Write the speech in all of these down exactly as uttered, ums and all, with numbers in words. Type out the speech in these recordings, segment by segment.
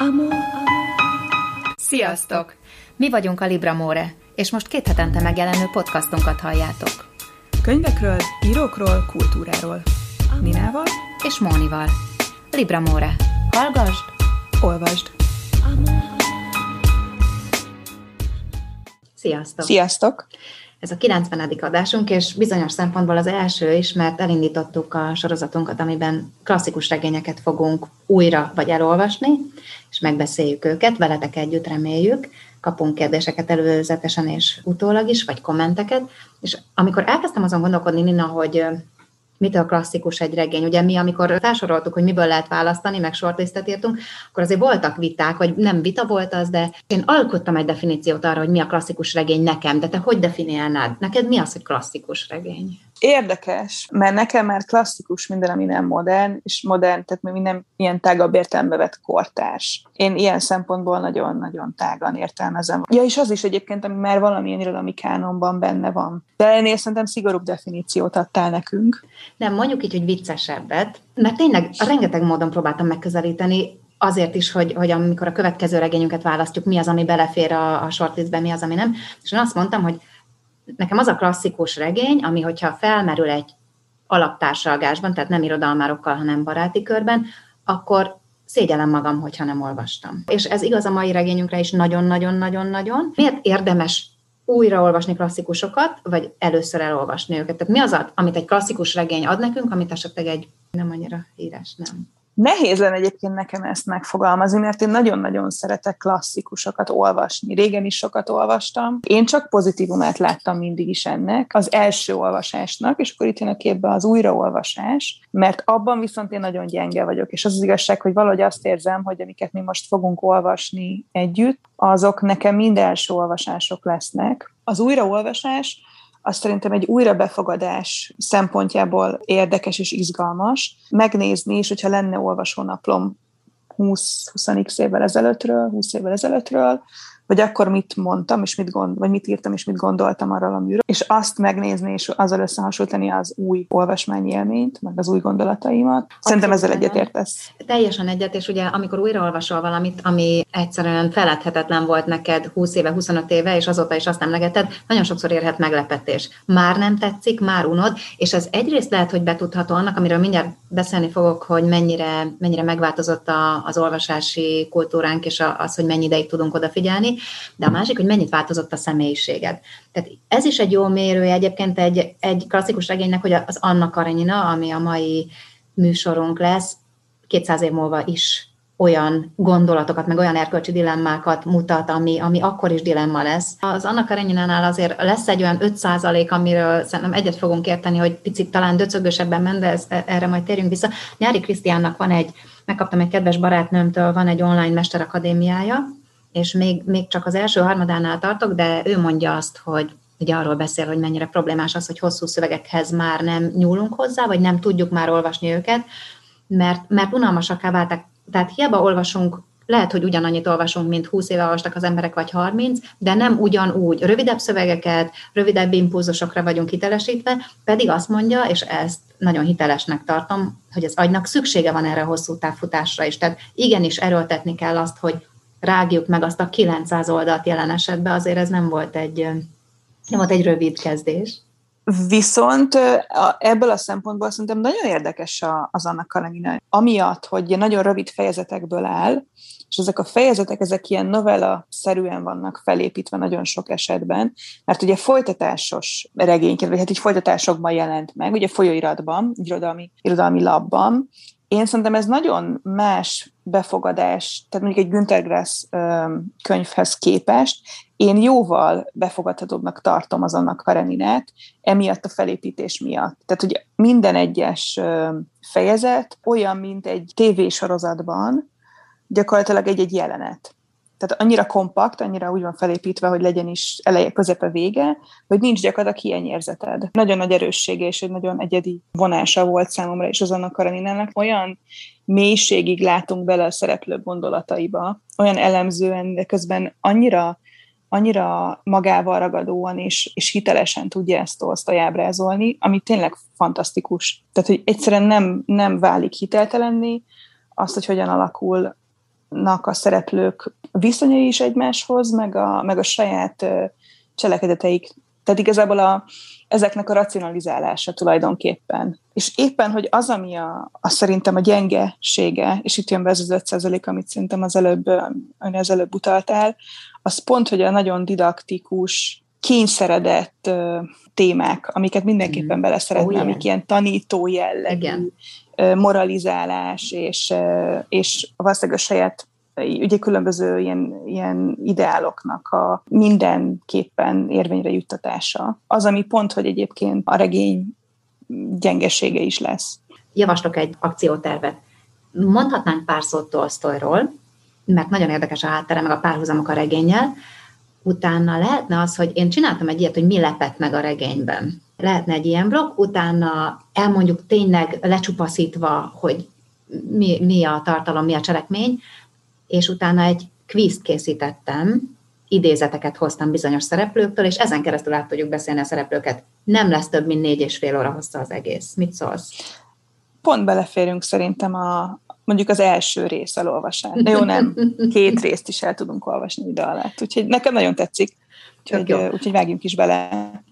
Amor, Sziasztok! Mi vagyunk a Libramore, és most két hetente megjelenő podcastunkat halljátok. Könyvekről, írókról, kultúráról. Ninával és Mónival. Libramore. Hallgasd, olvasd! Sziasztok! Sziasztok! Ez a kilencvenedik adásunk, és bizonyos szempontból az első is, mert elindítottuk a sorozatunkat, amiben klasszikus regényeket fogunk újra vagy elolvasni, és megbeszéljük őket, veletek együtt reméljük, kapunk kérdéseket előzetesen és utólag is, vagy kommenteket, és amikor elkezdtem azon gondolkodni, Nina, hogy mitől klasszikus egy regény, ugye mi, amikor felsoroltuk, hogy miből lehet választani, meg shortlistet írtunk, akkor azért voltak viták, vagy nem vita volt az, de én alkottam egy definíciót arra, hogy mi a klasszikus regény nekem, de te hogy definiálnád? Neked mi az, hogy klasszikus regény? Érdekes, mert nekem már klasszikus minden, ami nem modern, és modern, tehát mi nem ilyen tágabb értelembe vett kortárs. Én ilyen szempontból nagyon-nagyon tágan értelmezem. Ja, és az is egyébként, ami már valamilyen irodalmi kánonban benne van. De ennél szerintem szigorúbb definíciót adtál nekünk. Nem, mondjuk így, hogy viccesebbet, mert tényleg rengeteg módon próbáltam megközelíteni, azért is, hogy, hogy amikor a következő regényünket választjuk, mi az, ami belefér a, a shortlistbe, mi az, ami nem. És én azt mondtam, hogy nekem az a klasszikus regény, ami hogyha felmerül egy alaptársalgásban, tehát nem irodalmárokkal, hanem baráti körben, akkor szégyellem magam, hogyha nem olvastam. És ez igaz a mai regényünkre is nagyon-nagyon-nagyon-nagyon. Miért érdemes újraolvasni klasszikusokat, vagy először elolvasni őket? Tehát mi az, amit egy klasszikus regény ad nekünk, amit esetleg egy nem annyira híres, nem? Nehéz lenne egyébként nekem ezt megfogalmazni, mert én nagyon-nagyon szeretek klasszikusokat olvasni. Régen is sokat olvastam. Én csak pozitívumát láttam mindig is ennek, az első olvasásnak, és akkor itt jön a képbe az újraolvasás, mert abban viszont én nagyon gyenge vagyok, és az az igazság, hogy valahogy azt érzem, hogy amiket mi most fogunk olvasni együtt, azok nekem mind első olvasások lesznek. Az újraolvasás az szerintem egy újrabefogadás szempontjából érdekes és izgalmas. Megnézni is, hogyha lenne olvasónaplom húsz-húsz évvel ezelőttről, húsz évvel ezelőttről, hogy akkor mit mondtam, és mit gond, vagy mit írtam, és mit gondoltam arról a műről, és azt megnézni, és azzal összehasonlítani az új olvasmányélményt, meg az új gondolataimat. Szerintem ezzel egyetértesz. Teljesen egyet, és ugye amikor újraolvasol valamit, ami egyszerűen feledhetetlen volt neked húsz éve, huszonöt éve, és azóta is azt emlegeted, nagyon sokszor érhet meglepetés. Már nem tetszik, már unod, és ez egyrészt lehet, hogy betudható annak, amiről mindjárt beszélni fogok, hogy mennyire, mennyire megváltozott a, az olvasási kultúránk, és az, hogy mennyi ideig tudunk odafigyelni, de a másik, hogy mennyit változott a személyiséged. Tehát ez is egy jó mérője egyébként egy, egy klasszikus regénynek, hogy az Anna Karenina, ami a mai műsorunk lesz, kétszáz év múlva is olyan gondolatokat, meg olyan erkölcsi dilemmákat mutat, ami, ami akkor is dilemma lesz. Az Anna Kareninánál azért lesz egy olyan öt százalék, amiről szerintem egyet fogunk érteni, hogy picit talán döcögösebben ment, de ez, erre majd térjünk vissza. Nyári Krisztiánnak van egy, megkaptam egy kedves barátnőmtől, van egy online mesterakadémiája, és még, még csak az első harmadánál tartok, de ő mondja azt, hogy ugye arról beszél, hogy mennyire problémás az, hogy hosszú szövegekhez már nem nyúlunk hozzá, vagy nem tudjuk már olvasni őket, mert, mert unalmasakká váltak. Tehát hiába olvasunk, lehet, hogy ugyanannyit olvasunk, mint húsz éve olvastak az emberek, vagy harminc, de nem ugyanúgy. Rövidebb szövegeket, rövidebb impulzusokra vagyunk hitelesítve, pedig azt mondja, és ezt nagyon hitelesnek tartom, hogy az agynak szüksége van erre a hosszú távfutásra is. Tehát igenis erőltetni kell azt, hogy rágjuk meg azt a kilencszáz oldalt jelen esetben, azért ez nem volt egy, nem volt egy rövid kezdés. Viszont ebből a szempontból szerintem nagyon érdekes az Anna Karenina. Amiatt, hogy nagyon rövid fejezetekből áll, és ezek a fejezetek, ezek ilyen novella-szerűen vannak felépítve nagyon sok esetben, mert ugye folytatásos regényként, vagy hát így folytatásokban jelent meg, ugye folyóiratban, irodalmi, irodalmi labban. Én szerintem ez nagyon más befogadás, tehát mondjuk egy Günter Grass könyvhez képest, én jóval befogadhatóbbnak tartom az Anna Kareninát, emiatt a felépítés miatt. Tehát, hogy minden egyes fejezet olyan, mint egy tévésorozatban, gyakorlatilag egy-egy jelenet. Tehát annyira kompakt, annyira úgy van felépítve, hogy legyen is eleje, közepe, vége, hogy nincs gyakorlatilag hiányérzeted. Nagyon nagy erőssége és egy nagyon egyedi vonása volt számomra is az Anna Kareninának. Olyan mélységig látunk bele a szereplők gondolataiba, olyan elemzően, de közben annyira, annyira magával ragadóan és, és hitelesen tudja ezt Tolsztoj ábrázolni, ami tényleg fantasztikus. Tehát, hogy egyszerűen nem, nem válik hiteltelenné, azt, hogy hogyan alakul a szereplők viszonyai is egymáshoz, meg a, meg a saját cselekedeteik. Tehát igazából a, ezeknek a racionalizálása tulajdonképpen. És éppen, hogy az, ami a, a szerintem a gyengesége, és itt jön be ez az öt százalék, amit szerintem az előbb, az előbb utaltál, az pont, hogy a nagyon didaktikus, kényszeredett uh, témák, amiket mindenképpen bele szeretne, oh, amik ilyen tanító jellegű, igen. moralizálás, és, uh, és valószínűleg a saját ugye különböző ilyen, ilyen ideáloknak a mindenképpen érvényre juttatása. Az, ami pont, hogy egyébként a regény gyengesége is lesz. Javaslok egy akciótervet. Mondhatnánk pár szót Tolsztojról, mert nagyon érdekes a háttere, meg a párhuzamok a regénnyel. Utána lehetne az, hogy én csináltam egy ilyet, hogy mi lepett meg a regényben. Lehetne egy ilyen blokk, utána elmondjuk tényleg lecsupaszítva, hogy mi, mi a tartalom, mi a cselekmény, és utána egy kvízt készítettem, idézeteket hoztam bizonyos szereplőktől, és ezen keresztül át tudjuk beszélni a szereplőket. Nem lesz több, mint négy és fél óra hossza az egész. Mit szólsz? Pont beleférünk szerintem a, mondjuk az első rész elolvasás. De jó, nem, két részt is el tudunk olvasni ide alatt. Úgyhogy nekem nagyon tetszik. Úgyhogy, úgyhogy vágjunk is bele.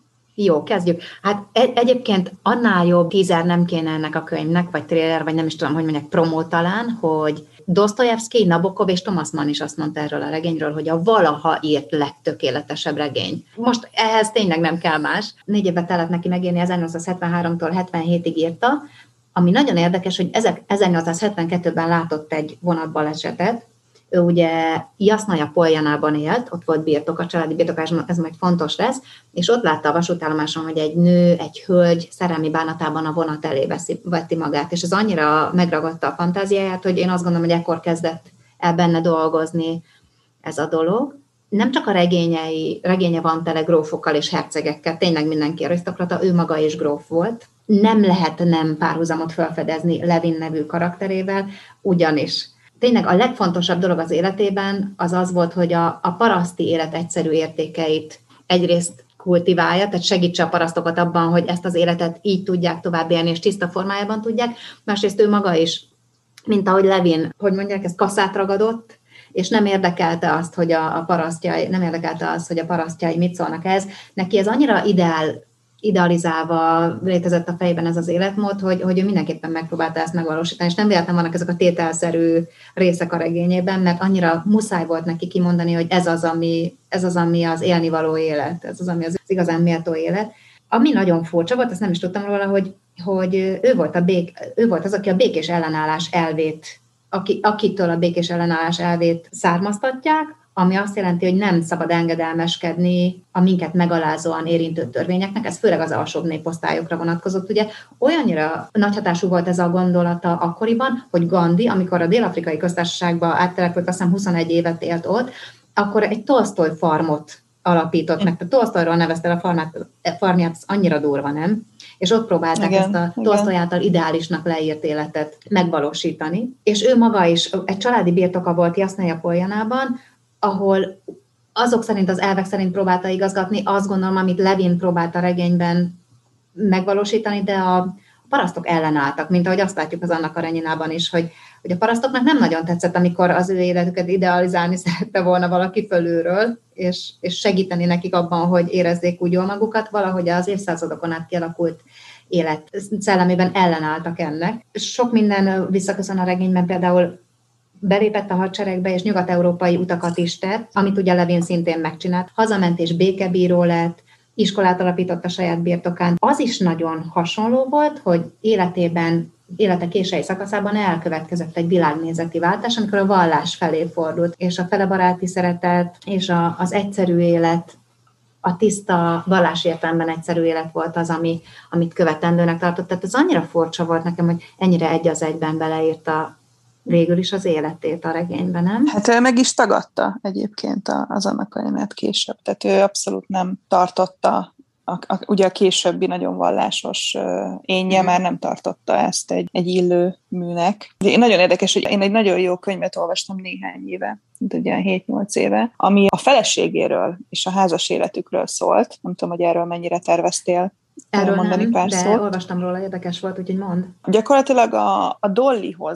Jó, kezdjük. Hát egy, egyébként annál jobb teaser nem kéne ennek a könyvnek, vagy trailer, vagy nem is tudom, hogy mondják, promó talán, hogy Dosztojevszkij, Nabokov és Thomas Mann is azt mondta erről a regényről, hogy a valaha írt legtökéletesebb regény. Most ehhez tényleg nem kell más. Négy évet telett neki megírni, ezernyolcszázhetvenháromtól hetvenhétig írta, ami nagyon érdekes, hogy ezernyolcszázhetvenkettőben látott egy vonatbalesetet. Ő ugye Jasnaja Poljanában élt, ott volt birtok, a családi birtokásban, ez majd fontos lesz, és ott látta a vasútállomáson, hogy egy nő, egy hölgy szerelmi bánatában a vonat elé veszi, veti magát, és ez annyira megragadta a fantáziáját, hogy én azt gondolom, hogy ekkor kezdett el benne dolgozni ez a dolog. Nem csak a regényei, regénye van tele grófokkal és hercegekkel, tényleg mindenki arisztokrata, ő maga is gróf volt. Nem lehet nem párhuzamot felfedezni Levin nevű karakterével, ugyanis tényleg a legfontosabb dolog az életében az az volt, hogy a, a paraszti élet egyszerű értékeit egyrészt kultiválja, tehát segítse a parasztokat abban, hogy ezt az életet így tudják tovább élni, és tiszta formájában tudják. Másrészt ő maga is, mint ahogy Levin, hogy mondják, ezt kasszát ragadott, és nem érdekelte azt, hogy a, a parasztjai, nem érdekelte azt, hogy a parasztjai mit szólnak ez. Neki ez annyira ideál, idealizálva létezett a fejében ez az életmód, hogy, hogy ő mindenképpen megpróbálta ezt megvalósítani, és nem véletlenül vannak ezek a tételszerű részek a regényében, mert annyira muszáj volt neki kimondani, hogy ez az, ami, ez az, ami az élnivaló élet, ez az, ami az igazán méltó élet. Ami nagyon furcsa volt, azt nem is tudtam róla, hogy, hogy ő, volt a bék, ő volt az, aki a békés ellenállás elvét, aki, akitől a békés ellenállás elvét származtatják, ami azt jelenti, hogy nem szabad engedelmeskedni a minket megalázóan érintő törvényeknek, ez főleg az alsóbb néposztályokra vonatkozott. Ugye olyannyira nagy hatású volt ez a gondolata akkoriban, hogy Gandhi, amikor a Dél-Afrikai Köztársaságba áttelepült, azt hiszem huszonegy évet élt ott, akkor egy Tolsztoj farmot alapított meg. Tehát Tolsztojról nevezte a farmát, farmját, az annyira durva, nem? És ott próbálták igen, ezt a Tolsztoj által ideálisnak leírt életet megvalósítani. És ő maga is egy családi birtoka volt Jasnaja Poljanában, ahol azok szerint, az elvek szerint próbálta igazgatni, azt gondolom, amit Levin próbálta a regényben megvalósítani, de a parasztok ellenálltak, mint ahogy azt látjuk az Anna Kareninában is, hogy, hogy a parasztoknak nem nagyon tetszett, amikor az ő életüket idealizálni szerette volna valaki fölülről, és, és segíteni nekik abban, hogy érezzék úgy jól magukat, valahogy az évszázadokon át kialakult élet szellemében ellenálltak ennek. Sok minden visszaköszön a regényben, például belépett a hadseregbe, és nyugat-európai utakat is tett, amit ugye Levin szintén megcsinált. Hazament és békebíró lett, iskolát alapított a saját birtokán. Az is nagyon hasonló volt, hogy életében, élete késői szakaszában elkövetkezett egy világnézeti váltás, amikor a vallás felé fordult, és a felebaráti szeretet, és a, az egyszerű élet, a tiszta vallási értelemben egyszerű élet volt az, ami, amit követendőnek tartott. Tehát ez annyira furcsa volt nekem, hogy ennyire egy az egyben beleírta végül is az életét a regényben, nem? Hát ő meg is tagadta egyébként az Anna Kareninát később. Tehát ő abszolút nem tartotta, a, a, ugye a későbbi nagyon vallásos uh, énje mm. már nem tartotta ezt egy, egy illő műnek. De én nagyon érdekes, hogy én egy nagyon jó könyvet olvastam néhány éve, mint ugye hét-nyolc éve, ami a feleségéről és a házas életükről szólt. Nem tudom, hogy erről mennyire terveztél erről mondani nem, pár de szót. Olvastam róla, érdekes volt, úgyhogy mondd. Gyakorlatilag a, a Dollyhoz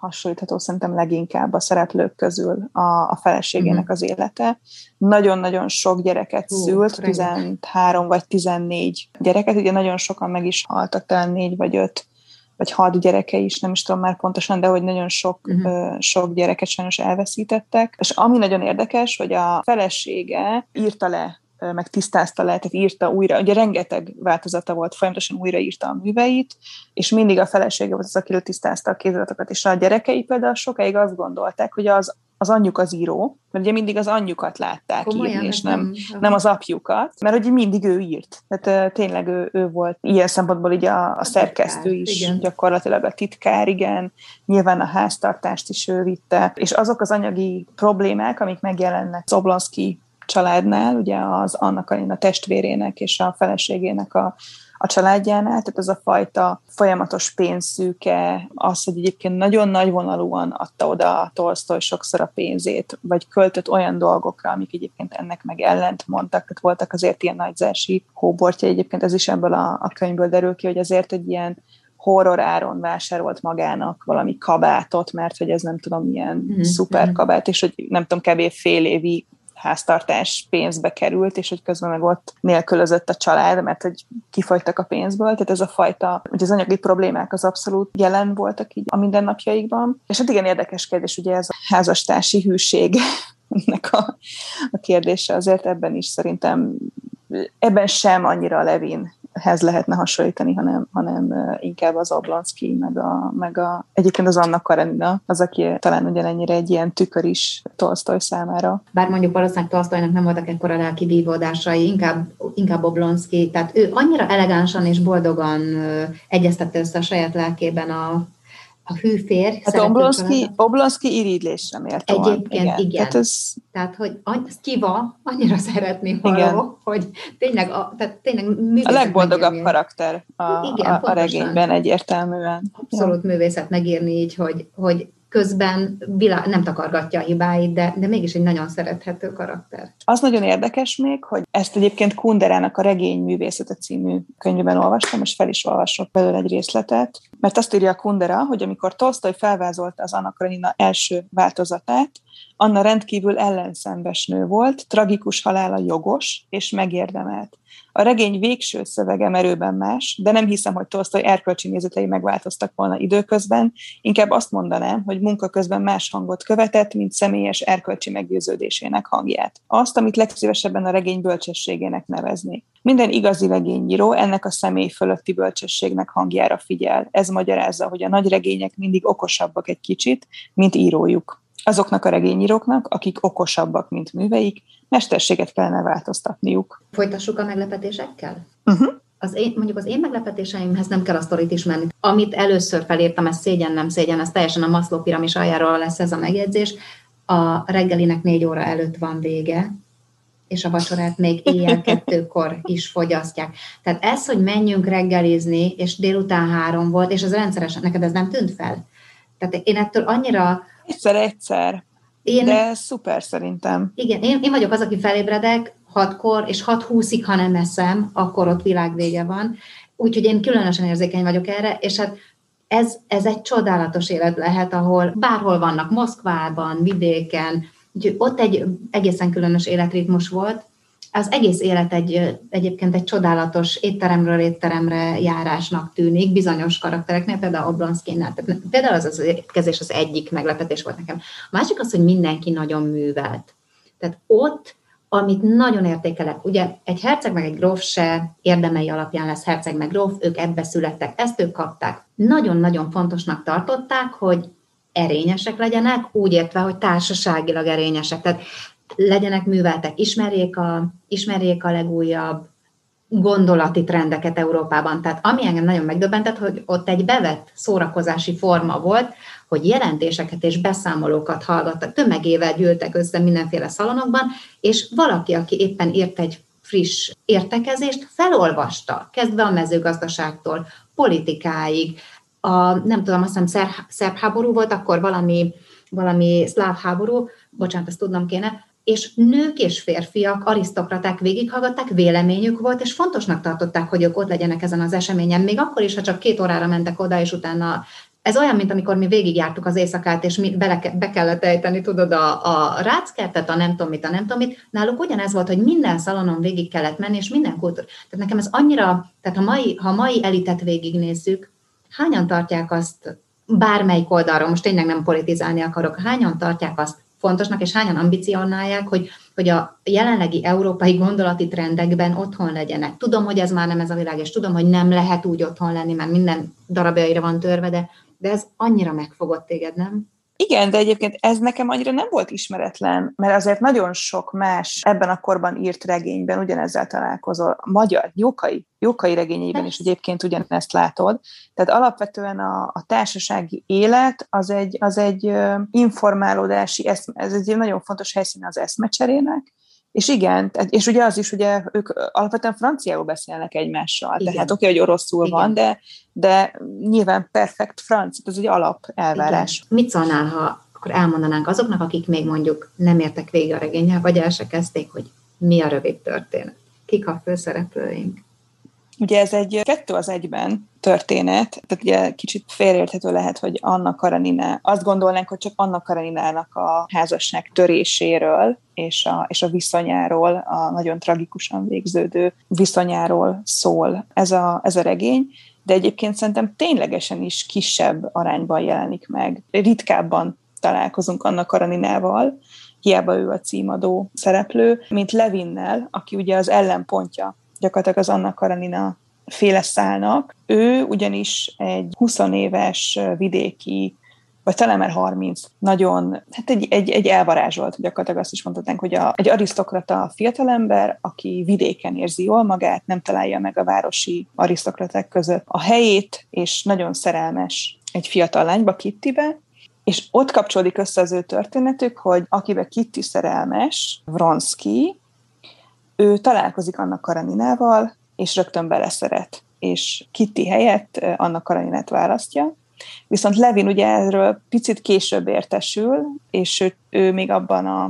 hasonlítható szerintem leginkább a szereplők közül a, a feleségének uh-huh. az élete. Nagyon-nagyon sok gyereket uh, szült, tizenhárom vagy tizennégy gyereket, ugye nagyon sokan meg is haltak, talán négy vagy öt vagy hat gyereke is, nem is tudom már pontosan, de hogy nagyon sok, uh-huh. sok gyereket sajnos elveszítettek. És ami nagyon érdekes, hogy a felesége írta le, meg tisztázta le, tehát írta újra, ugye rengeteg változata volt, folyamatosan újraírta a műveit, és mindig a felesége volt az, akiről tisztázta a kéziratokat, és a gyerekei például sokáig azt gondolták, hogy az az anyjuk az író, mert ugye mindig az anyjukat látták Komolyan, írni, és nem, nem az apjukat, mert ugye mindig ő írt. Tehát uh, tényleg ő, ő volt ilyen szempontból így a, a, a szerkesztő titkár, is, igen. Gyakorlatilag a titkár, igen, nyilván a háztartást is ő vitte, és azok az anyagi problémák, amik megjelennek Oblonszky családnál, ugye az Anna Karenina testvérének és a feleségének a a családjánál, tehát ez a fajta folyamatos pénzszűke, az, hogy egyébként nagyon nagyvonalúan adta oda a Tolsztoj sokszor a pénzét, vagy költött olyan dolgokra, amik egyébként ennek meg ellent mondtak, tehát voltak azért ilyen nagyzási hóbortja, egyébként ez is ebből a, a könyvből derül ki, hogy azért egy ilyen horror áron vásárolt magának valami kabátot, mert hogy ez nem tudom, milyen mm-hmm. szuper kabát, és hogy nem tudom, kb. Fél évi háztartás pénzbe került, és hogy közben meg ott nélkülözött a család, mert hogy kifogytak a pénzből, tehát ez a fajta, hogy az anyagi problémák az abszolút jelen voltak így a mindennapjaikban. És hát igen, érdekes kérdés, ugye ez a házastársi hűség ennek a, a kérdése azért ebben is szerintem, ebben sem annyira a Levinhez lehetne hasonlítani, hanem, hanem inkább az Oblonszky, meg a, meg a egyébként az Anna Karenina, az, aki talán ugyanennyire egy ilyen tükör is Tolsztoj számára. Bár mondjuk valószínűleg Tolsztojnak nem voltak ekkora lelki vívódásai, inkább, inkább Oblonszky, tehát ő annyira elegánsan és boldogan egyeztette össze a saját lelkében a a hűfér. Hát Oblonszky, Oblonszky irigylésre méltóan. Egyébként igen. igen. Tehát, ez... tehát, hogy Kiva annyira szeretné való, hogy tényleg, a, tehát tényleg a legboldogabb megírni. Karakter a, igen, a, a regényben egyértelműen. Abszolút ja. Művészet megírni így, hogy, hogy közben vilá... nem takargatja a hibáit, de, de mégis egy nagyon szerethető karakter. Az nagyon érdekes még, hogy ezt egyébként Kunderának a Regény művészete című könyvben olvastam, és fel is olvasok belőle egy részletet, mert azt írja a Kundera, hogy amikor Tolsztoj felvázolta az Anna Karenina első változatát, Anna rendkívül ellenszembes nő volt, tragikus halála jogos és megérdemelt. A regény végső szövege merőben más, de nem hiszem, hogy Tolsztoj erkölcsi nézetei megváltoztak volna időközben, inkább azt mondanám, hogy munka közben más hangot követett, mint személyes erkölcsi meggyőződésének hangját. Azt, amit legszívesebben a regény bölcsességének nevezni. Minden igazi regényíró ennek a személy fölötti bölcsességnek hangjára figyel. Ez magyarázza, hogy a nagy regények mindig okosabbak egy kicsit, mint írójuk. Azoknak a regényíróknak, akik okosabbak, mint műveik, mesterséget kellene változtatniuk. Folytassuk a meglepetésekkel? Uh-huh. Az én, mondjuk az én meglepetéseimhez nem kell a sztorit ismerni. Amit először felírtam, ez szégyen, nem szégyen, ez teljesen a Maslow piramis aljáról lesz ez a megjegyzés. A reggelinek négy óra előtt van vége, és a vacsorát még éjjel kettőkor is fogyasztják. Tehát ez, hogy menjünk reggelizni, és délután három volt, és ez rendszeresen, neked ez nem tűnt fel? Tehát én ettől annyira... Egyszer-egyszer, én, de szuper szerintem. Igen, én, én vagyok az, aki felébredek hatkor, és hat húszig, ha nem eszem, akkor ott világvége van. Úgyhogy én különösen érzékeny vagyok erre, és hát ez, ez egy csodálatos élet lehet, ahol bárhol vannak, Moszkvában, vidéken, úgyhogy ott egy egészen különös életritmus volt. Az egész élet egy, egyébként egy csodálatos étteremről étteremre járásnak tűnik, bizonyos karaktereknél, például Oblonszkynál. Például az az étkezés az egyik meglepetés volt nekem. A másik az, hogy mindenki nagyon művelt. Tehát ott, amit nagyon értékelek, ugye egy herceg meg egy gróf se érdemei alapján lesz herceg meg gróf, ők ebbe születtek, ezt ők kapták. Nagyon-nagyon fontosnak tartották, hogy erényesek legyenek, úgy értve, hogy társaságilag erényesek. Tehát legyenek műveltek, ismerjék a, ismerjék a legújabb gondolati trendeket Európában. Tehát ami engem nagyon megdöbbentett, hogy ott egy bevett szórakozási forma volt, hogy jelentéseket és beszámolókat hallgattak, tömegével gyűltek össze mindenféle szalonokban, és valaki, aki éppen írt egy friss értekezést, felolvasta, kezdve a mezőgazdaságtól, politikáig, a, nem tudom, azt hiszem szerb, szerb háború volt, akkor valami, valami szláv háború, bocsánat, ezt tudnom kéne, és nők és férfiak, arisztokraták végighallgatták, véleményük volt, és fontosnak tartották, hogy ők ott legyenek ezen az eseményen, még akkor is, ha csak két órára mentek oda, és utána Ez olyan, mint amikor mi végigjártuk az éjszakát, és mi bele, be kellett ejteni, tudod, a, a ráckertet, a nem tudom mit, a nem tudom mit. Náluk ugyanez volt, hogy minden szalonon végig kellett menni, és minden kultúr. Tehát nekem ez annyira, tehát ha mai, ha mai elitet végignézzük, hányan tartják azt, bármelyik oldalról, most tényleg nem politizálni akarok, hányan tartják azt fontosnak, és hányan ambicionálják, hogy, hogy a jelenlegi európai gondolati trendekben otthon legyenek. Tudom, hogy ez már nem ez a világ, és tudom, hogy nem lehet úgy otthon lenni, mert minden darabjaira van törve, de, de ez annyira megfogott téged, nem? Igen, de egyébként ez nekem annyira nem volt ismeretlen, mert azért nagyon sok más ebben a korban írt regényben ugyanezzel találkozol. A magyar, Jókai, Jókai regényeiben is egyébként ugyanezt látod. Tehát alapvetően a, a társasági élet az egy, az egy informálódási, eszme, ez egy nagyon fontos helyszín az eszmecserének, és igen, és ugye az is, ugye ők alapvetően franciául beszélnek egymással, igen. Tehát oké, okay, hogy oroszul igen. van, de, de nyilván perfekt franc, ez egy alap elvárás. Igen. Mit szólnál, ha akkor elmondanánk azoknak, akik még mondjuk nem értek végig a regénnyel, vagy el se kezdték, hogy mi a rövid történet? Kik a főszereplőink? Ugye ez egy kettő az egyben történet, tehát ugye kicsit félreérthető lehet, hogy Anna Karenina, azt gondolnánk, hogy csak Anna Kareninának a házasság töréséről és a, és a viszonyáról, a nagyon tragikusan végződő viszonyáról szól ez a, ez a regény, de egyébként szerintem ténylegesen is kisebb arányban jelenik meg. Ritkábban találkozunk Anna Kareninával, hiába ő a címadó szereplő, mint Levinnel, aki ugye az ellenpontja gyakorlatilag az Anna Karenina féle szálnak. Ő ugyanis egy húsz éves vidéki, vagy talán már harminc, nagyon, hát egy, egy, egy elvarázsolt, gyakorlatilag azt is mondhatnánk, hogy a, egy arisztokrata fiatalember, aki vidéken érzi jól magát, nem találja meg a városi arisztokraták között a helyét, és nagyon szerelmes egy fiatal lányba, Kittybe, és ott kapcsolódik össze az ő történetük, hogy akibe Kitty szerelmes, Vronsky, ő találkozik Anna Kareninával, és rögtön beleszeret, és Kitty helyett Anna Kareninát választja. Viszont Levin ugye erről picit később értesül, és ő, ő még abban a,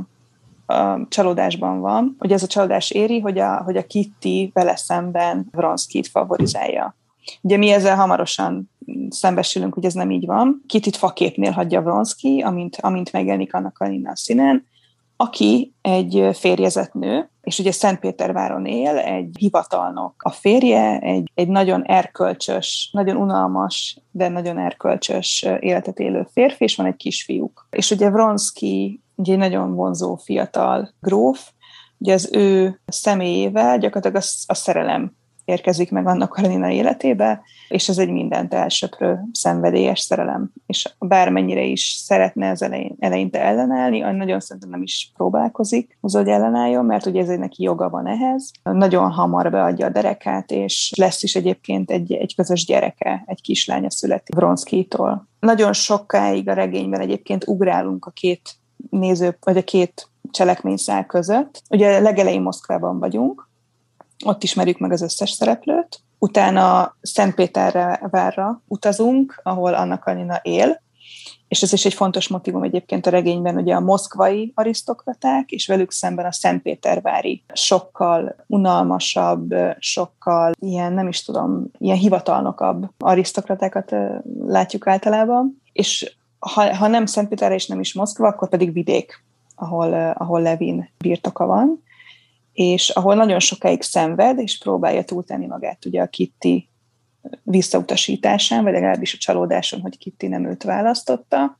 a csalódásban van, hogy ez a csalódás éri, hogy a, hogy a Kitty vele szemben Vronskyt favorizálja. Ugye mi ezzel hamarosan szembesülünk, hogy ez nem így van. Kittyt faképnél hagyja Vronsky, amint, amint megjelenik Anna Karenina a színen, aki egy férjezett nő, és ugye Szentpéterváron él, egy hivatalnok a férje, egy, egy nagyon erkölcsös, nagyon unalmas, de nagyon erkölcsös életet élő férfi, és van egy kisfiúk. És ugye Vronsky, ugye egy nagyon vonzó fiatal gróf, ugye az ő személyével gyakorlatilag a, a szerelem érkezik meg Anna Karenina életébe, és ez egy mindent elsöprő, szenvedélyes szerelem. És bármennyire is szeretne ez elején, eleinte ellenállni, nagyon szerintem nem is próbálkozik az, hogy ellenálljon, mert ugye ez egy neki joga van ehhez. Nagyon hamar beadja a derekát, és lesz is egyébként egy, egy közös gyereke, egy kislánya születik Vronskytól. Nagyon sokáig a regényben egyébként ugrálunk a két néző, vagy a két cselekményszál között. Ugye legelején Moszkvában vagyunk, ott ismerjük meg az összes szereplőt, utána Szentpétervárra utazunk, ahol Anna Karenina él, és ez is egy fontos motívum egyébként a regényben, ugye a moszkvai arisztokraták, és velük szemben a szentpétervári sokkal unalmasabb, sokkal ilyen, nem is tudom, ilyen hivatalnokabb arisztokratákat látjuk általában, és ha, ha nem Szentpéterre és nem is Moszkva, akkor pedig vidék, ahol, ahol Levin birtoka van, és ahol nagyon sokáig szenved, és próbálja túltenni magát ugye a Kitty visszautasításán, vagy legalábbis a csalódáson, hogy Kitty nem őt választotta.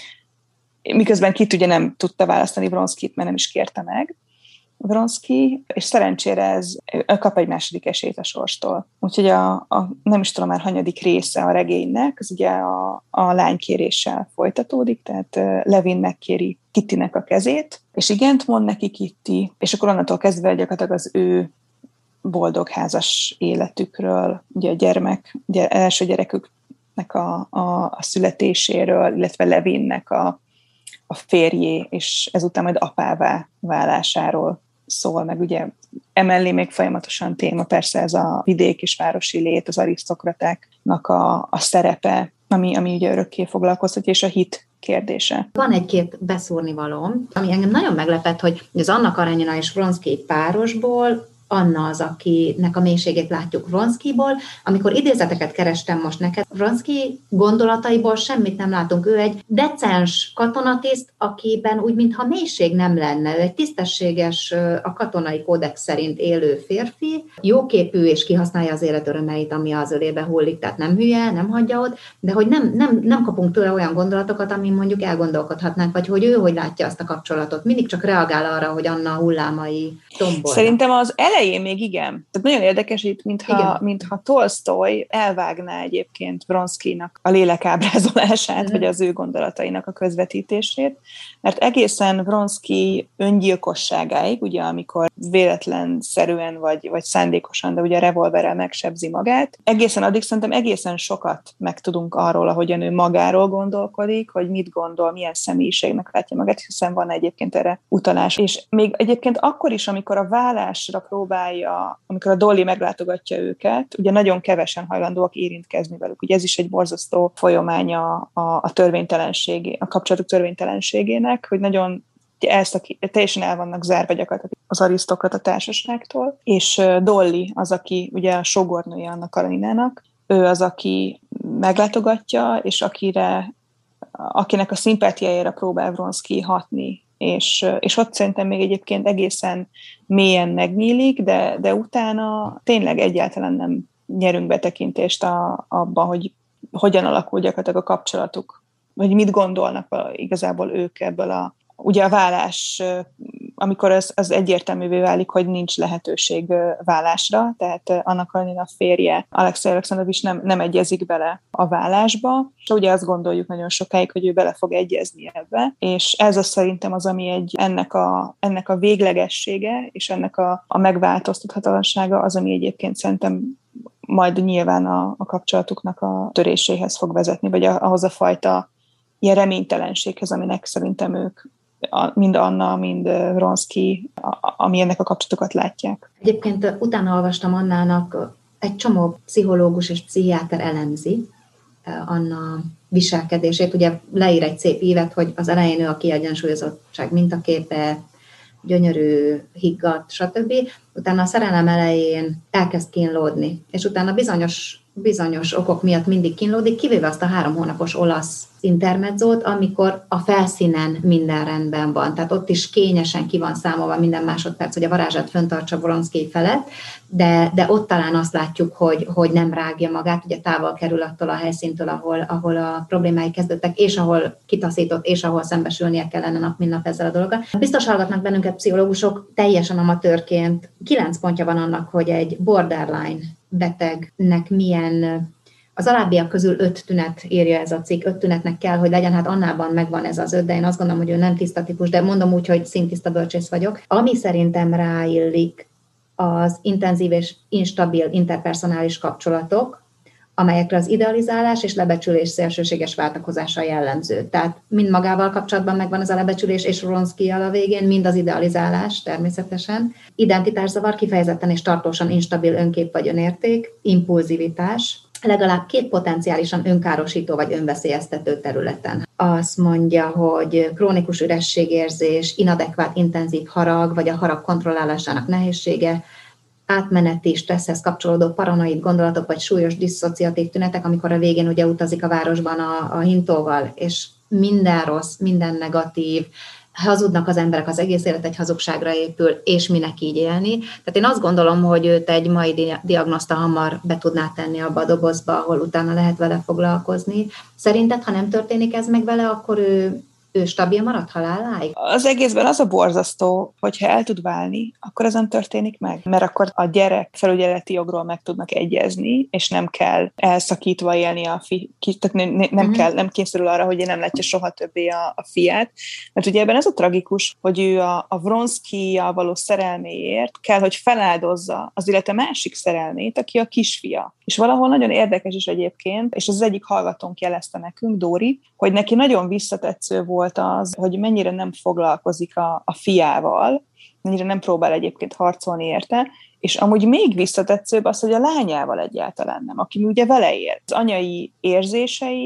Miközben Kitty ugye nem tudta választani Vronskyt, mert nem is kérte meg Vronsky, és szerencsére ez kap egy második esélyt a sorstól. Úgyhogy a, a nem is tudom már hanyadik része a regénynek, az ugye a, a lánykéréssel folytatódik, tehát Levin megkéri Kittynek a kezét, és igent mond neki Kitty, és akkor onnantól kezdve gyakorlatilag az ő boldog házas életükről, ugye a gyermek, ugye első gyereküknek a, a, a születéséről, illetve Levinnek a, a férjé, és ezután majd apává válásáról szól, meg ugye emellé még folyamatosan téma persze ez a vidék és városi lét, az arisztokratáknak a, a szerepe, ami, ami ugye örökké foglalkoztatja, és a hit kérdése. Van egy-két beszúrni valóm, ami engem nagyon meglepett, hogy az Anna Karenina és Vronsky párosból Anna az, akinek a mélységét látjuk Vronskyból. Amikor idézeteket kerestem most neked, Vronsky gondolataiból semmit nem látunk. Ő egy decens katonatiszt, akiben úgy, mintha mélység nem lenne. Ő egy tisztességes, a katonai kódex szerint élő férfi, jóképű és kihasználja az élet örömeit, ami az ölébe hullik, tehát nem hülye, nem hagyja ott, de hogy nem, nem, nem kapunk tőle olyan gondolatokat, amin mondjuk elgondolkodhatnánk, vagy hogy ő hogy látja azt a kapcsolatot. Mindig csak reagál arra, hogy Anna hullámai tombolnak. Szerintem az elején még igen. Tehát nagyon érdekes itt, mintha, mintha Tolsztoj elvágná egyébként Vronskynak a lélekábrázolását, mm-hmm. vagy az ő gondolatainak a közvetítését, mert egészen Vronsky öngyilkosságáig, ugye amikor véletlenszerűen vagy, vagy szándékosan, de ugye a revolverrel megsebzi magát, egészen addig szerintem egészen sokat megtudunk arról, ahogyan ő magáról gondolkodik, hogy mit gondol, milyen személyiségnek látja magát, hiszen van egyébként erre utalás. És még egyébként akkor is, amikor a vállásra próbálja, amikor a Dolly meglátogatja őket, ugye nagyon kevesen hajlandóak érintkezni velük. Ugye ez is egy borzasztó folyamánya a, a törvénytelenségé, a kapcsolatok törvénytelenségének, hogy nagyon elszaki, teljesen el vannak zárva gyakorlatilag az arisztokrata társaságtól, és Dolly az, aki ugye a sógornője annak Karolinának, ő az, aki meglátogatja, és akire, akinek a szimpátiájára próbál Vronsky hatni, és, és ott szerintem még egyébként egészen mélyen megnyílik, de, de utána tényleg egyáltalán nem nyerünk betekintést a, abba, hogy hogyan alakul gyakorlatilag a kapcsolatuk, vagy mit gondolnak igazából ők ebből a, ugye a vállás, amikor az, az egyértelművé válik, hogy nincs lehetőség vállásra, tehát Anna Karenina férje, Alexei Alexandrovics nem, nem egyezik bele a vállásba, és ugye azt gondoljuk nagyon sokáig, hogy ő bele fog egyezni ebbe, és ez az szerintem az, ami egy, ennek, a, ennek a véglegessége, és ennek a, a megváltoztathatatlansága az, ami egyébként szerintem majd nyilván a, a kapcsolatuknak a töréséhez fog vezetni, vagy ahhoz a fajta ilyen reménytelenséghez, aminek szerintem ők mind Anna, mind Vronsky, ami ennek a kapcsolatokat látják. Egyébként utána olvastam Annának, egy csomó pszichológus és pszichiáter elemzi Anna viselkedését. Ugye leír egy szép ívet, hogy az elején ő a kiegyensúlyozottság mintaképe, gyönyörű, higgadt, stb. Utána a szerelem elején elkezd kínlódni, és utána bizonyos, bizonyos okok miatt mindig kínlódik, kivéve azt a három hónapos olasz intermezzót, amikor a felszínen minden rendben van. Tehát ott is kényesen ki van számolva minden másodperc, hogy a varázsát föntartsa Vronsky felett, de, de ott talán azt látjuk, hogy, hogy nem rágja magát, ugye távol kerül attól a helyszíntől, ahol, ahol a problémái kezdődtek, és ahol kitaszított, és ahol szembesülnie kellene nap, mint nap ezzel a dologgal. Biztos hallgatnak bennünket pszichológusok, teljesen amatőrként. Kilenc pontja van annak, hogy egy borderline betegnek milyen. Az alábbiak közül öt tünet írja ez a cikk, öt tünetnek kell, hogy legyen, hát Annában megvan ez az öt, de én azt gondolom, hogy ő nem tiszta típus, de mondom úgy, hogy szintiszta bölcsész vagyok. Ami szerintem ráillik, az intenzív és instabil interpersonális kapcsolatok, amelyekre az idealizálás és lebecsülés szélsőséges váltakozása jellemző. Tehát mind magával kapcsolatban megvan ez a lebecsülés, és Vronskyjal a végén, mind az idealizálás természetesen. Identitászavar, kifejezetten és tartósan instabil önkép vagy önérték, impulzivitás, legalább két potenciálisan önkárosító vagy önveszélyeztető területen. Azt mondja, hogy krónikus ürességérzés, inadekvát intenzív harag, vagy a harag kontrollálásának nehézsége, átmeneti stresszhez kapcsolódó paranoid gondolatok, vagy súlyos disszociatív tünetek, amikor a végén ugye utazik a városban a, a hintóval, és minden rossz, minden negatív, hazudnak az emberek, az egész élet egy hazugságra épül, és minek így élni. Tehát én azt gondolom, hogy őt egy mai diagnoszta hamar be tudná tenni abba a dobozba, ahol utána lehet vele foglalkozni. Szerinted, ha nem történik ez meg vele, akkor ő, ő stabil marad haláláig? Az egészben az a borzasztó, hogyha el tud válni, akkor ez nem történik meg. Mert akkor a gyerek felügyeleti jogról meg tudnak egyezni, és nem kell elszakítva élni a fi, tehát nem, nem, uh-huh. kell, nem kényszerül arra, hogy nem látja soha többé a, a fiát. Mert ugye ebben ez a tragikus, hogy ő a, a Vronskyjal való szerelméért kell, hogy feláldozza az illetve másik szerelmét, aki a kisfia. És valahol nagyon érdekes is egyébként, és az egyik hallgatónk jelezte nekünk, Dóri, hogy neki nagyon visszatetsző volt az, hogy mennyire nem foglalkozik a, a fiával, mennyire nem próbál egyébként harcolni érte, és amúgy még visszatetszőbb az, hogy a lányával egyáltalán nem, aki ugye vele él. Az anyai érzései,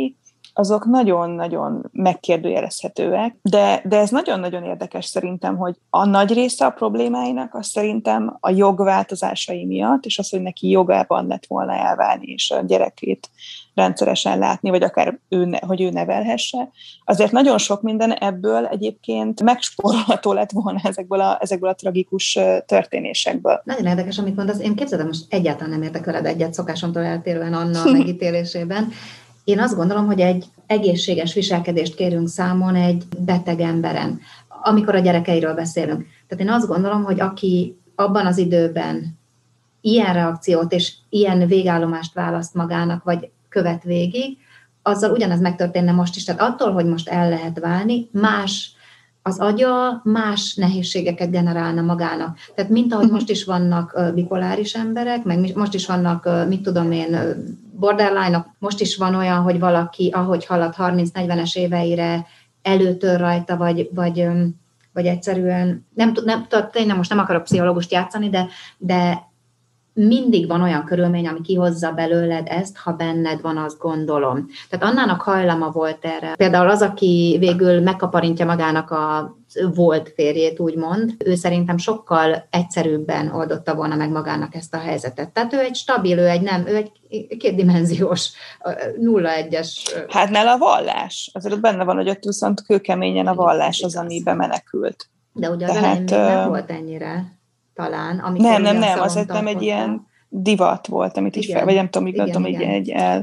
azok nagyon-nagyon megkérdőjelezhetőek, de, de ez nagyon-nagyon érdekes szerintem, hogy a nagy része a problémáinak az szerintem a jogváltozásai miatt, és az, hogy neki jogában lett volna elválni, és a gyerekét rendszeresen látni, vagy akár ő ne, hogy ő nevelhesse. Azért nagyon sok minden ebből egyébként megspórolható lett volna ezekből a, ezekből a tragikus történésekből. Nagyon érdekes, amit mondasz. Én képzeld, most egyáltalán nem értek veled egyet szokásomtól eltérően Anna megítélésében. Én azt gondolom, hogy egy egészséges viselkedést kérünk számon egy beteg emberen, amikor a gyerekeiről beszélünk. Tehát én azt gondolom, hogy aki abban az időben ilyen reakciót és ilyen végállomást választ magának, vagy követ végig, azzal ugyanez megtörténne most is. Tehát attól, hogy most el lehet válni, más az agya más nehézségeket generálna magának. Tehát mint ahogy most is vannak bipoláris emberek, meg most is vannak, mit tudom én, borderline-ok, most is van olyan, hogy valaki, ahogy halad harminc-negyvenes éveire, előtör rajta, vagy, vagy, vagy egyszerűen, nem, nem, tényleg most nem akarok pszichológust játszani, de, de mindig van olyan körülmény, ami kihozza belőled ezt, ha benned van, azt gondolom. Tehát Annának hajlama volt erre. Például az, aki végül megkaparintja magának a volt férjét, úgymond, ő szerintem sokkal egyszerűbben oldotta volna meg magának ezt a helyzetet. Tehát ő egy stabil, ő egy nem, ő egy kétdimenziós, nulla egyes. Hát nála a vallás. Azért benne van, hogy ott viszont kőkeményen a vallás az, amiben menekült. De ugye az elején még nem volt ennyire. Talán, nem, nem, nem, az nem egy ilyen divat volt, amit igen, is fel, vagy nem tudom, igen, tudom, igen. Egy el,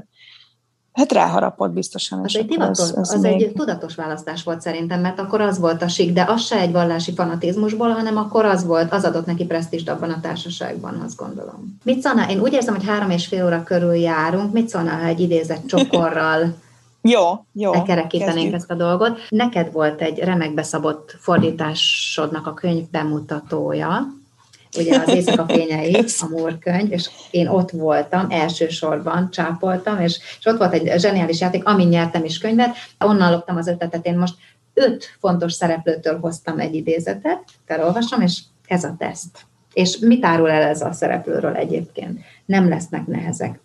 hát ráharapott biztosan. Az, egy, divatos, az, az, az még... egy tudatos választás volt szerintem, mert akkor az volt a sik, de az se egy vallási fanatizmusból, hanem akkor az volt, az adott neki presztízst abban a társaságban, azt gondolom. Mit szólna? Én úgy érzem, hogy három és fél óra körül járunk, mit szólna, ha egy idézett csokorral jó, jó, lekerekítenénk ezt a dolgot. Neked volt egy remekbe szabott fordításodnak a könyv bemutatója, ugye az Éjszaka fényei, a Moore könyv, és én ott voltam, elsősorban csápoltam, és, és ott volt egy zseniális játék, amin nyertem is könyvet, onnan loptam az ötletet, én most öt fontos szereplőtől hoztam egy idézetet, felolvasom, és ez a teszt. És mit árul el ez a szereplőről egyébként? Nem lesznek nehezek.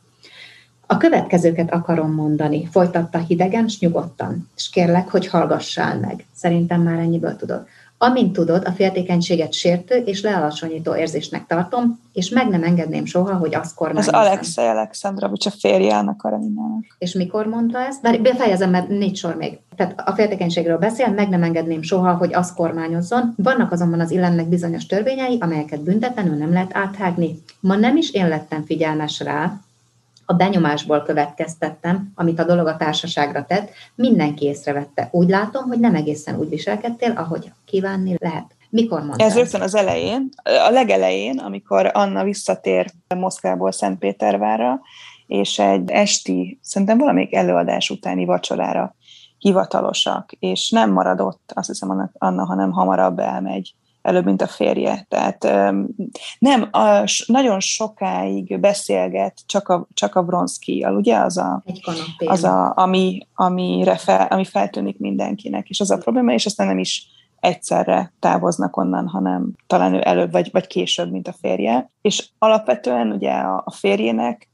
A következőket akarom mondani, folytatta hidegen, s nyugodtan, és kérlek, hogy hallgassál meg. Szerintem már ennyiből tudod. Amint tudod, a féltékenységet sértő és lealacsonyító érzésnek tartom, és meg nem engedném soha, hogy azt kormányozzam. Az Alexei Alexandrovics, a férje Anna Kareninának. És mikor mondta ezt? Bár befejezem, mert négy sor még. Tehát a féltékenységről beszél, meg nem engedném soha, hogy azt kormányozzon. Vannak azonban az illemnek bizonyos törvényei, amelyeket büntetlenül nem lehet áthágni. Ma nem is én lettem figyelmes rá, a benyomásból következtettem, amit a dolog a társaságra tett, mindenki észrevette. Úgy látom, hogy nem egészen úgy viselkedtél, ahogy kívánni lehet. Mikor mondtál? Ez rögtön az elején, a legelején, amikor Anna visszatér Moszkvából Szentpétervárra, és egy esti, szerintem valamelyik előadás utáni vacsorára hivatalosak, és nem maradott, azt hiszem Anna, hanem hamarabb elmegy, előbb, mint a férje. Tehát nem, a, nagyon sokáig beszélget csak a, csak a Vronszkijjal, ugye? Az a, az a ami, amire fel, ami feltűnik mindenkinek, és az a probléma, és aztán nem is egyszerre távoznak onnan, hanem talán ő előbb vagy, vagy később, mint a férje. És alapvetően ugye a, a férjének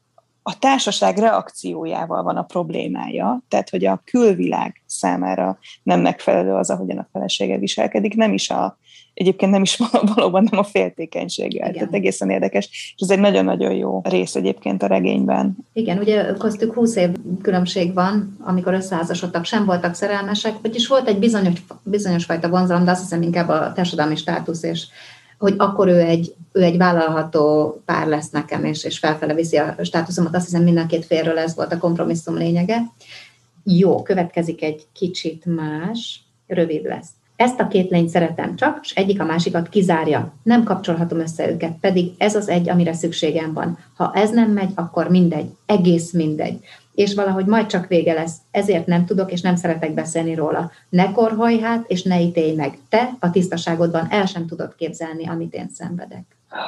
a társaság reakciójával van a problémája, tehát hogy a külvilág számára nem megfelelő az, ahogyan a felesége viselkedik, nem is a, egyébként nem is valóban nem a féltékenységgel. Tehát egészen érdekes, és ez egy nagyon-nagyon jó rész egyébként a regényben. Igen, ugye köztük húsz év különbség van, amikor összeházasodtak, sem voltak szerelmesek, vagyis volt egy bizonyos, bizonyos fajta vonzalom, de azt hiszem inkább a társadalmi státusz, és hogy akkor ő egy, ő egy vállalható pár lesz nekem, és, és felfele viszi a státuszomat, azt hiszem mind a két félről ez volt a kompromisszum lényege. Jó, következik egy kicsit más, rövid lesz. Ezt a két lényt szeretem csak, és egyik a másikat kizárja. Nem kapcsolhatom össze őket, pedig ez az egy, amire szükségem van. Ha ez nem megy, akkor mindegy, egész mindegy. És valahogy majd csak vége lesz, ezért nem tudok, és nem szeretek beszélni róla. Ne korholj hát, és ne ítélj meg. Te a tisztaságodban el sem tudod képzelni, amit én szenvedek.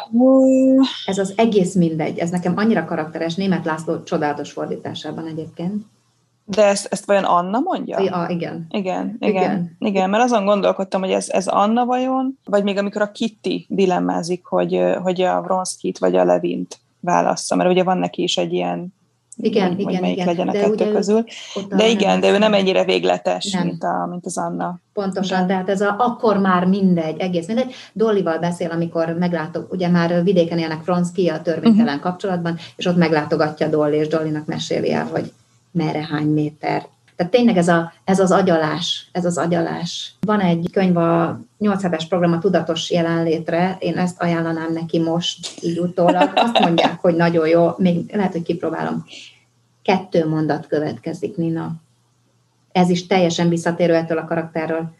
Ez az egész mindegy. Ez nekem annyira karakteres, Németh László csodálatos fordításában egyébként. De ezt, ezt vajon Anna mondja? Ja, igen. Igen, igen, igen. igen, mert azon gondolkodtam, hogy ez, ez Anna vajon, vagy még amikor a Kitty dilemmázik, hogy, hogy a Vronszkijt vagy a Levint válassza, mert ugye van neki is egy ilyen igen, hogy, igen, hogy melyik igen. legyen a De kettő ugye közül. De igen, de ő nem ennyire végletes, nem. mint, a, mint az Anna. Pontosan, igen. Tehát ez a, akkor már mindegy, egész mindegy. Dollyval beszél, amikor meglátok, ugye már vidéken élnek Vronsky a törvénytelen uh-huh. kapcsolatban, és ott meglátogatja Dolly, és Dollynak meséli el, hogy merre, hány méter. Tehát tényleg ez, a, ez az agyalás, ez az agyalás. Van egy könyv, a nyolc hetes program a tudatos jelenlétre, én ezt ajánlanám neki most, így utólag. Azt mondják, hogy nagyon jó, még lehet, hogy kipróbálom. Kettő mondat következik, Nina. Ez is teljesen visszatérő ettől a karakterről.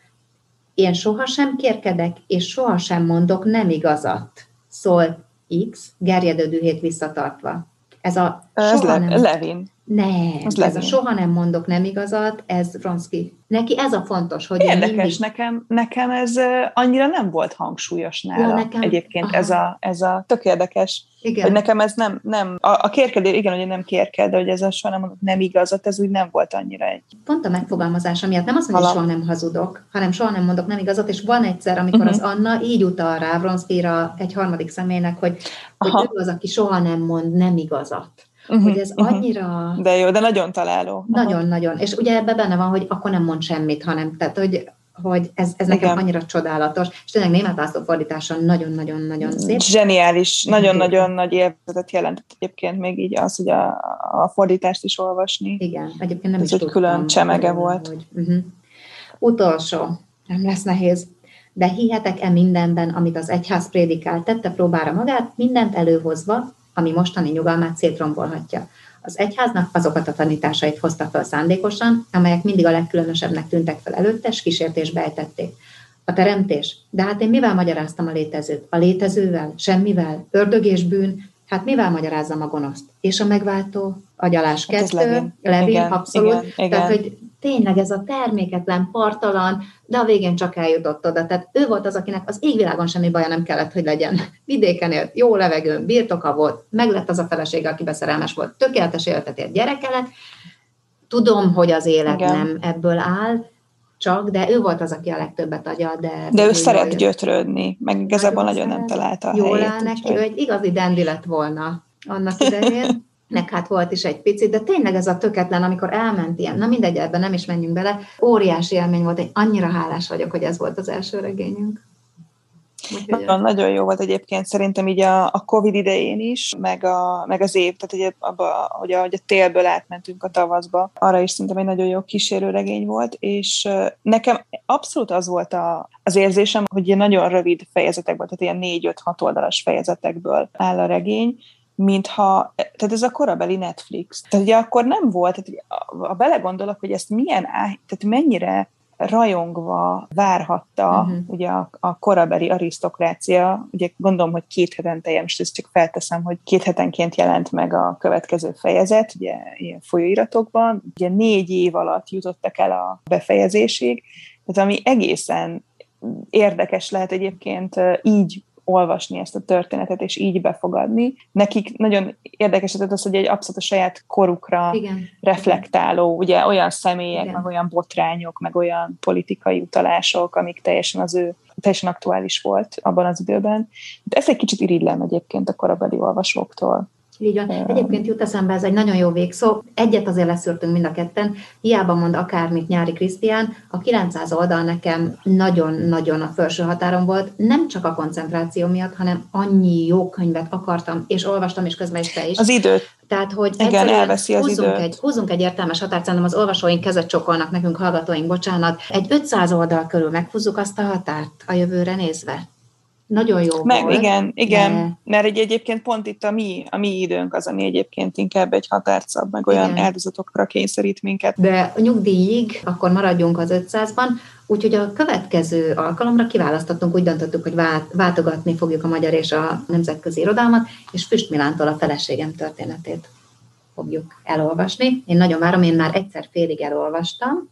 Én sohasem kérkedek, és sohasem mondok nem igazat. Szólt X, gerjedő dühét visszatartva. Ez a ez soha le, nem... Levin. Nem, ez, ez a soha nem mondok nem igazat, ez Vronsky. Neki ez a fontos, hogy érdekes, mindig... nekem, nekem ez annyira nem volt hangsúlyos nála. Ja, nekem... Egyébként ez a, ez a tök érdekes, igen. Hogy nekem ez nem, nem a, a kérkedő, igen, hogy nem kérked, de hogy ez a soha nem mondok nem igazat, ez úgy nem volt annyira egy... Pont a megfogalmazása miatt nem azt mondja, hogy soha nem hazudok, hanem soha nem mondok nem igazat, és van egyszer, amikor uh-huh. az Anna így utal rá Vronskyra egy harmadik személynek, hogy, hogy ő az, aki soha nem mond nem igazat. Uh-huh, hogy ez uh-huh. annyira... De jó, de nagyon találó. Nagyon-nagyon. És ugye ebben benne van, hogy akkor nem mond semmit, hanem, tehát, hogy, hogy ez, ez nekem annyira csodálatos. És tényleg Németh László fordítása nagyon-nagyon-nagyon szép. Zseniális. Nagyon-nagyon nagy élvezetet jelentett egyébként még így az, hogy a, a fordítást is olvasni. Igen, egyébként nem ez is egy tudtam. külön csemege hogy, volt. Hogy, uh-huh. Utolsó. Nem lesz nehéz. De hihetek-e mindenben, amit az egyház prédikál, tette próbára magát, mindent előhozva, ami mostani nyugalmát szétrombolhatja. Az egyháznak azokat a tanításait hozta fel szándékosan, amelyek mindig a legkülönösebbnek tűntek fel előtte, és kísértésbe ejtették. A teremtés. De hát én mivel magyaráztam a létezőt? A létezővel? Semmivel? Ördög és bűn? Hát mivel magyarázzam a gonoszt? És a megváltó? Agyalás kettő? Hát Levin, Levin igen, abszolút. Igen, igen. Tehát, hogy tényleg ez a terméketlen, partalan, de a végén csak eljutott oda. Tehát ő volt az, akinek az égvilágon semmi baja nem kellett, hogy legyen. Vidéken élt, jó levegőn, birtoka volt, meglett az a felesége, aki beszerelmes volt, tökéletes életet ért, gyereke lett. Tudom, hogy az élet igen. nem ebből áll, csak, de ő volt az, aki a legtöbbet agyal, de... De ő szeret gyötrődni, meg igazából nagyon, nagyon nem találta a jól helyét. Jól áll neki, ő egy igazi dendi lett volna annak idején. Nek hát volt is egy picit, de tényleg ez a töketlen, amikor elment ilyen, na mindegy, ebben nem is menjünk bele, óriási élmény volt, én annyira hálás vagyok, hogy ez volt az első regényünk. Nagyon, nagyon jó volt egyébként szerintem így a, a Covid idején is, meg, a, meg az év, tehát ugye, abba, hogy, a, hogy a télből átmentünk a tavaszba, arra is szerintem egy nagyon jó kísérőregény volt, és nekem abszolút az volt a, az érzésem, hogy ilyen nagyon rövid fejezetekből, tehát ilyen négy-öt-hat oldalas fejezetekből áll a regény, mintha, tehát ez a korabeli Netflix. Tehát ugye akkor nem volt, tehát ha belegondolok, hogy ezt milyen, tehát mennyire rajongva várhatta uh-huh. ugye a, a korabeli arisztokrácia, ugye gondolom, hogy két hetente, most ezt csak felteszem, hogy két hetenként jelent meg a következő fejezet, ugye ilyen folyóiratokban, ugye négy év alatt jutottak el a befejezésig, tehát ami egészen érdekes lehet egyébként így olvasni ezt a történetet, és így befogadni. Nekik nagyon érdekes az, hogy egy abszolút a saját korukra igen. reflektáló, ugye olyan személyek, igen. meg olyan botrányok, meg olyan politikai utalások, amik teljesen az ő, teljesen aktuális volt abban az időben. De ezt egy kicsit irigylem egyébként a korabeli olvasóktól. Így van. Egyébként jut eszembe, ez egy nagyon jó végszó. Egyet azért leszűrtünk mind a ketten, hiába mond akármit Nyári Krisztián, a kilencszáz oldal nekem nagyon-nagyon a felső határon volt, nem csak a koncentráció miatt, hanem annyi jó könyvet akartam, és olvastam, és közben is te is. Az időt. Tehát, hogy igen, elveszi az húzzunk időt. Egy, húzzunk egy értelmes határt, szerintem az olvasóink kezet csokolnak, nekünk hallgatóink, bocsánat. Egy ötszáz oldal körül meghúzzuk azt a határt a jövőre nézve. Nagyon jó Meg, volt. Igen, igen, de... mert egy, egyébként pont itt a mi, a mi időnk az, ami egyébként inkább egy határt szab, meg olyan igen. áldozatokra kényszerít minket. De a nyugdíjig akkor maradjunk az ötszázban, úgyhogy a következő alkalomra kiválasztottunk, úgy döntöttük, hogy váltogatni fogjuk a magyar és a nemzetközi irodalmat, és Füst Milántól a feleségem történetét fogjuk elolvasni. Én nagyon várom, én már egyszer félig elolvastam,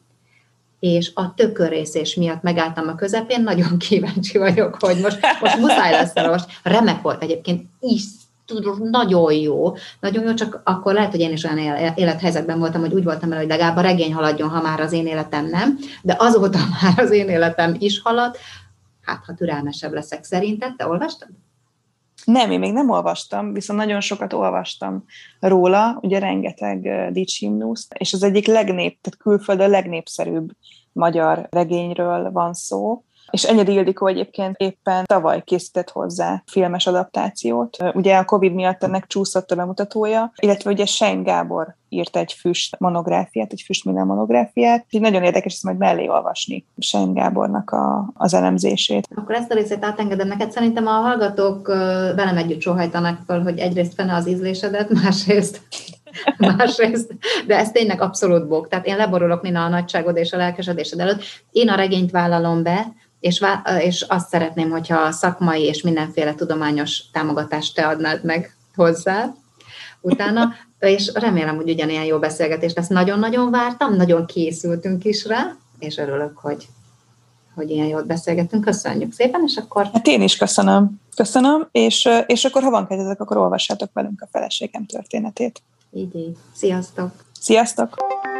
és a tökörrészés miatt megálltam a közepén, nagyon kíváncsi vagyok, hogy most, most muszáj lesz elolvasni. Remek volt egyébként, is nagyon jó, nagyon jó, csak akkor lehet, hogy én is olyan élethelyzetben voltam, hogy úgy voltam el, hogy legalább a regény haladjon, ha már az én életem nem, de azóta már az én életem is halad, hát ha türelmesebb leszek. Szerinted? Te olvastad? Nem, én még nem olvastam, viszont nagyon sokat olvastam róla, ugye rengeteg dicshimnuszt, és az egyik legnép, tehát külföldön a legnépszerűbb magyar regényről van szó. És Enyedi Ildikó egyébként éppen tavaly készített hozzá filmes adaptációt. Ugye a Covid miatt ennek csúszott a bemutatója, illetve ugye Sein Gábor írt egy füst monográfiát, egy füstmillám monográfiát. Így nagyon érdekes ezt majd mellé olvasni Sein Gábornak a, az elemzését. Akkor ezt a részét átengedem neked. Szerintem a hallgatók velem együtt sóhajtanak fel, hogy egyrészt fene az ízlésedet, másrészt másrészt, de ez tényleg abszolút bók. Tehát én leborulok Nina a nagyságod és a lelkesedésed előtt. Én a regényt vállalom be, És, vá- és azt szeretném, hogyha a szakmai és mindenféle tudományos támogatást te adnád meg hozzá utána, és remélem, hogy ugyanilyen jó beszélgetés lesz. Nagyon-nagyon vártam, nagyon készültünk is rá, és örülök, hogy, hogy ilyen jót beszélgettünk. Köszönjük szépen, és akkor... Hát én is köszönöm. Köszönöm, és, és akkor ha van kedvetek, akkor olvassátok velünk a feleségem történetét. Így, így. Sziasztok! Sziasztok!